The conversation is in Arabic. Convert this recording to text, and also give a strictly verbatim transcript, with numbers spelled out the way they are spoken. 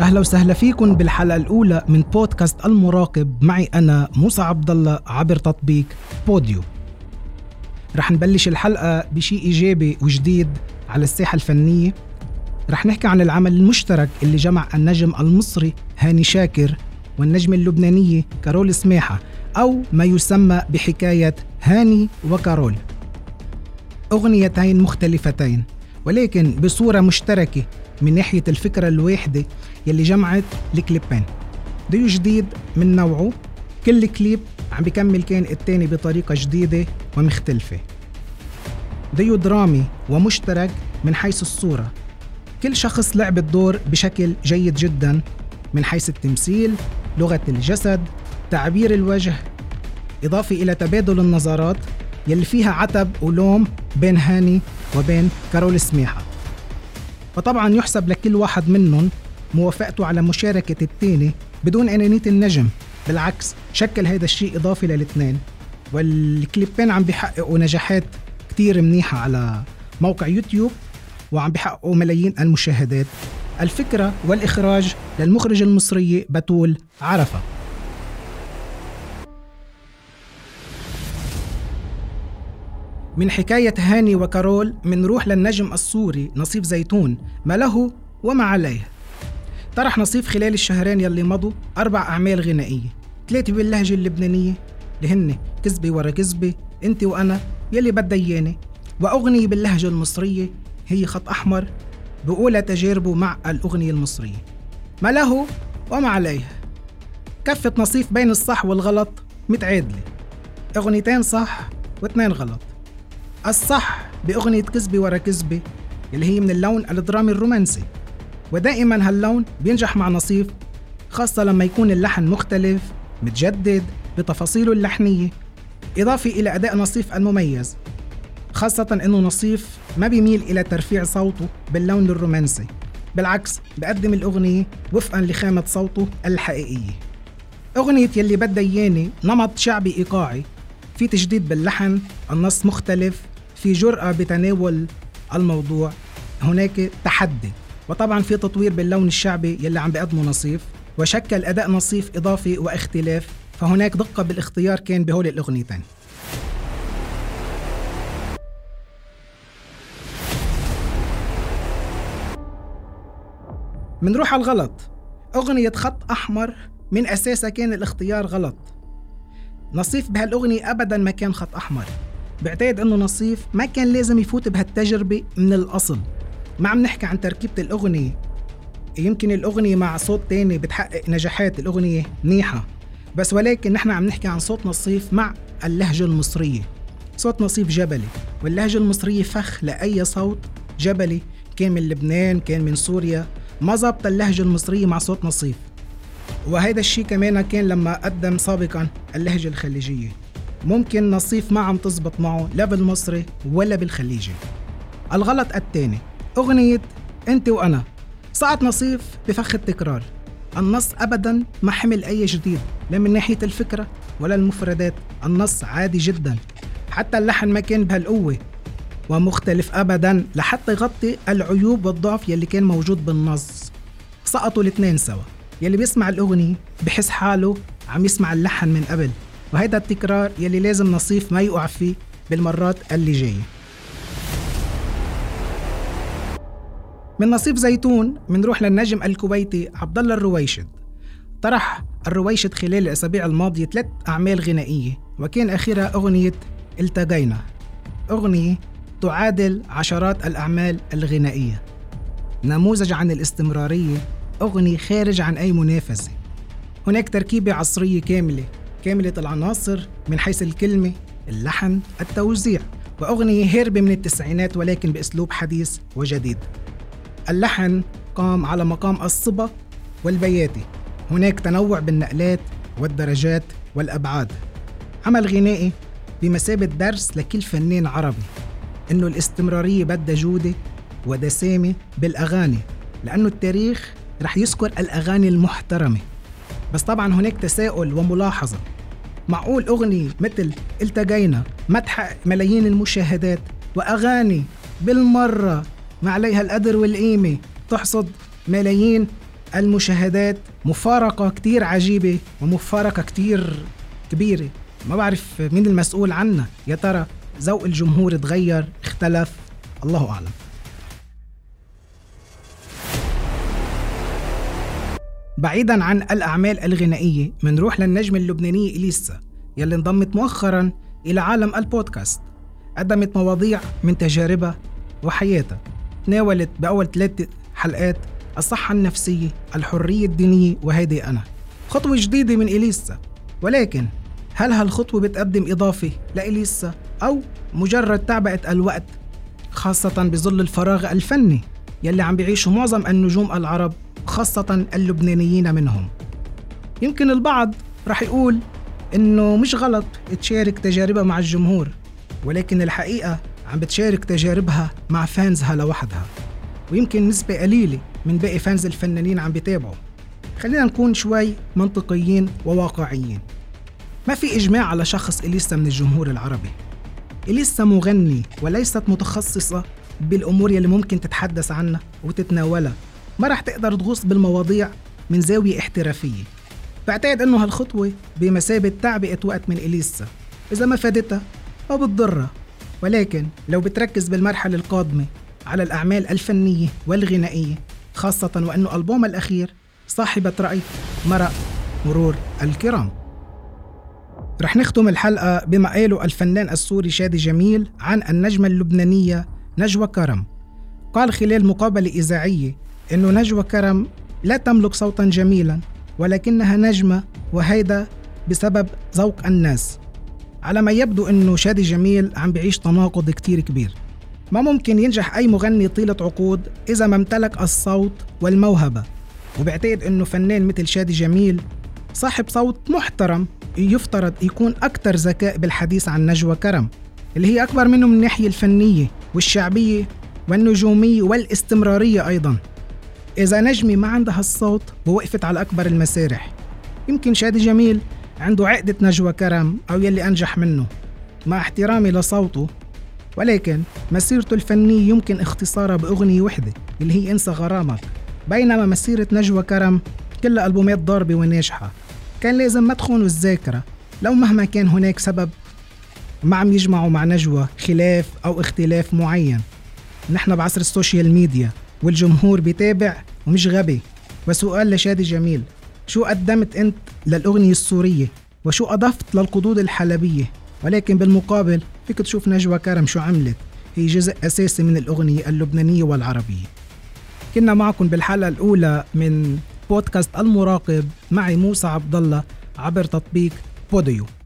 أهلا وسهلا فيكم بالحلقة الأولى من بودكاست المراقب. معي أنا موسى عبد الله عبر تطبيق بوديو. رح نبلش الحلقة بشيء إيجابي وجديد على الساحة الفنية. رح نحكي عن العمل المشترك اللي جمع النجم المصري هاني شاكر والنجمة اللبنانية كارول سماحة، أو ما يسمى بحكاية هاني وكارول. أغنيتين مختلفتين ولكن بصورة مشتركة من ناحية الفكرة الواحدة يلي جمعت الكليبين. ديو جديد من نوعه، كل كليب عم بيكمل كان التاني بطريقة جديدة ومختلفة. ديو درامي ومشترك من حيث الصورة، كل شخص لعب الدور بشكل جيد جدا من حيث التمثيل، لغة الجسد، تعبير الوجه، إضافة إلى تبادل النظرات يلي فيها عتب ولوم بين هاني وبين كارول سماحة. فطبعا يحسب لكل واحد منهم موافقته على مشاركة التاني بدون أنانية النجم، بالعكس شكل هذا الشيء إضافي للاثنين. والكليبين عم بيحققوا نجاحات كتير منيحة على موقع يوتيوب وعم بيحققوا ملايين المشاهدات. الفكرة والإخراج للمخرج المصري بتول عرفة. من حكاية هاني وكارول منروح للنجم السوري نصيف زيتون، ما له وما عليه. طرح نصيف خلال الشهرين يلي مضوا أربع أعمال غنائية، ثلاثة باللهجة اللبنانية اللي هن كذبة ورا كذبة، انت وأنا، يلي بدها إياني، وأغنية باللهجة المصرية هي خط أحمر بأولى تجاربه مع الأغنية المصرية. ما له وما عليه. كفة نصيف بين الصح والغلط متعادلة، أغنيتين صح واثنين غلط. الصح بأغنية كذبة ورا كذبة اللي هي من اللون الدرامي الرومانسي، ودائما هاللون بينجح مع نصيف، خاصة لما يكون اللحن مختلف متجدد بتفاصيله اللحنية، إضافة إلى أداء نصيف المميز، خاصة أنه نصيف ما بيميل إلى ترفيع صوته باللون الرومانسي، بالعكس بقدم الأغنية وفقا لخامة صوته الحقيقية. أغنية يلي بدها إياني نمط شعبي إيقاعي، في تجديد باللحن، النص مختلف، في جرأة بتناول الموضوع، هناك تحدي، وطبعا في تطوير باللون الشعبي يلي عم بيقدمه نصيف، وشكل أداء نصيف إضافي واختلاف، فهناك دقة بالاختيار كان بهول الأغنيتين. منروح على الغلط. أغنية خط أحمر من أساسها كان الاختيار غلط. نصيف بهالأغنية أبداً ما كان خط أحمر. بعتقد أنه نصيف ما كان لازم يفوت بهالتجربة من الأصل. ما عم نحكي عن تركيبة الأغنية، يمكن الأغنية مع صوت تاني بتحقق نجاحات، الأغنية منيحة، بس ولكن نحن عم نحكي عن صوت نصيف مع اللهجة المصرية. صوت نصيف جبلي، واللهجة المصرية فخ لأي صوت جبلي، كان من لبنان كان من سوريا، ما زبط اللهجة المصرية مع صوت نصيف. وهذا الشيء كمان كان لما قدم سابقا اللهجة الخليجية. ممكن نصيف ما عم تزبط معه لا بالمصري ولا بالخليجي. الغلط الثاني، أغنية أنت وأنا، صعد نصيف بفخ التكرار. النص أبدا ما حمل أي جديد، لا من ناحية الفكرة ولا المفردات، النص عادي جدا، حتى اللحن ما كان بهالقوة ومختلف أبدا لحتى يغطي العيوب والضعف يلي كان موجود بالنص. سقطوا الاثنين سوا، يلي بيسمع الأغنية بحس حاله عم يسمع اللحن من قبل، وهيدا التكرار يلي لازم نصيف ما يقع فيه بالمرات اللي جاية. من نصيف زيتون منروح للنجم الكويتي عبد الله الرويشد. طرح الرويشد خلال الأسابيع الماضية ثلاث أعمال غنائية، وكان آخرها أغنية التقينا، أغنية تعادل عشرات الأعمال الغنائية، نموذج عن الاستمرارية، أغنية خارج عن أي منافسة. هناك تركيبة عصرية كاملة كاملة العناصر من حيث الكلمة، اللحن، التوزيع، وأغنية هربة من التسعينات ولكن بأسلوب حديث وجديد. اللحن قام على مقام الصبا والبياتي، هناك تنوع بالنقلات والدرجات والأبعاد. عمل غنائي بمثابة درس لكل فنان عربي إنه الاستمرارية بدها جودة ودسامة بالأغاني، لأنه التاريخ رح يذكر الأغاني المحترمة. بس طبعا هناك تساؤل وملاحظة، معقول أغنية مثل التقينا ما تحقق ملايين المشاهدات، وأغاني بالمرة ما عليها القدر والقيمة تحصد ملايين المشاهدات مفارقة كتير عجيبة ومفارقة كتير كبيرة. ما بعرف مين المسؤول عنها، يا ترى ذوق الجمهور تغير، اختلف، الله أعلم. بعيداً عن الأعمال الغنائية منروح للنجم اللبنانية إليسا يلي انضمت مؤخراً إلى عالم البودكاست. قدمت مواضيع من تجاربها وحياتها، تناولت بأول ثلاث حلقات الصحة النفسية، الحرية الدينية، وهيدي أنا. خطوة جديدة من إليسا، ولكن هل هالخطوة بتقدم إضافة لإليسا أو مجرد تعبئة الوقت، خاصة بظل الفراغ الفني يلي عم بيعيشوا معظم النجوم العرب، خاصة اللبنانيين منهم؟ يمكن البعض رح يقول إنه مش غلط تشارك تجاربها مع الجمهور، ولكن الحقيقة عم بتشارك تجاربها مع فانزها لوحدها، ويمكن نسبة قليلة من باقي فانز الفنانين عم بيتابعوا. خلينا نكون شوي منطقيين وواقعيين. ما في إجماع على شخص إليسا من الجمهور العربي. إليسا مغني وليست متخصصة بالأمور يلي ممكن تتحدث عنها وتتناولها، ما رح تقدر تغوص بالمواضيع من زاوية احترافية. بعتقد أنه هالخطوة بمثابة تعبئة وقت من إليسا، إذا ما فادتها أو بتضرها، ولكن لو بتركز بالمرحلة القادمة على الأعمال الفنية والغنائية، خاصة وأنه ألبوم الأخير صاحبة رأي مرق مرور الكرام. رح نختم الحلقة بما قاله الفنان السوري شادي جميل عن النجمة اللبنانية نجوى كرم. قال خلال مقابلة إذاعية إنه نجوى كرم لا تملك صوتا جميلا، ولكنها نجمة، وهيدا بسبب ذوق الناس. على ما يبدو إنه شادي جميل عم بيعيش تناقض كتير كبير. ما ممكن ينجح أي مغني طيلة عقود إذا ما امتلك الصوت والموهبة، وبعتقد إنه فنان مثل شادي جميل صاحب صوت محترم يفترض يكون أكتر ذكاء بالحديث عن نجوى كرم اللي هي أكبر منه من الناحية الفنية والشعبية والنجومية والاستمرارية أيضا. إذا نجمي ما عندها الصوت ووقفت على أكبر المسارح، يمكن شادي جميل عنده عقدة نجوى كرم أو يلي أنجح منه، مع احترامي لصوته، ولكن مسيرته الفنية يمكن اختصارها بأغنية وحدة اللي هي انسى غرامك، بينما مسيرة نجوى كرم كلها ألبومات ضاربة وناجحة. كان لازم ما تخونوا الذاكرة، لو مهما كان هناك سبب ما عم يجمعوا مع نجوى خلاف أو اختلاف معين. نحن بعصر السوشيال ميديا والجمهور بيتابع ومش غبي. وسؤال لشادي جميل، شو قدمت أنت للأغنية السورية وشو أضفت للقدود الحلبية؟ ولكن بالمقابل فيك تشوف نجوى كرم شو عملت، هي جزء أساسي من الأغنية اللبنانية والعربية. كنا معكم بالحلقة الأولى من بودكاست المراقب، معي موسى عبد الله عبر تطبيق بوديو.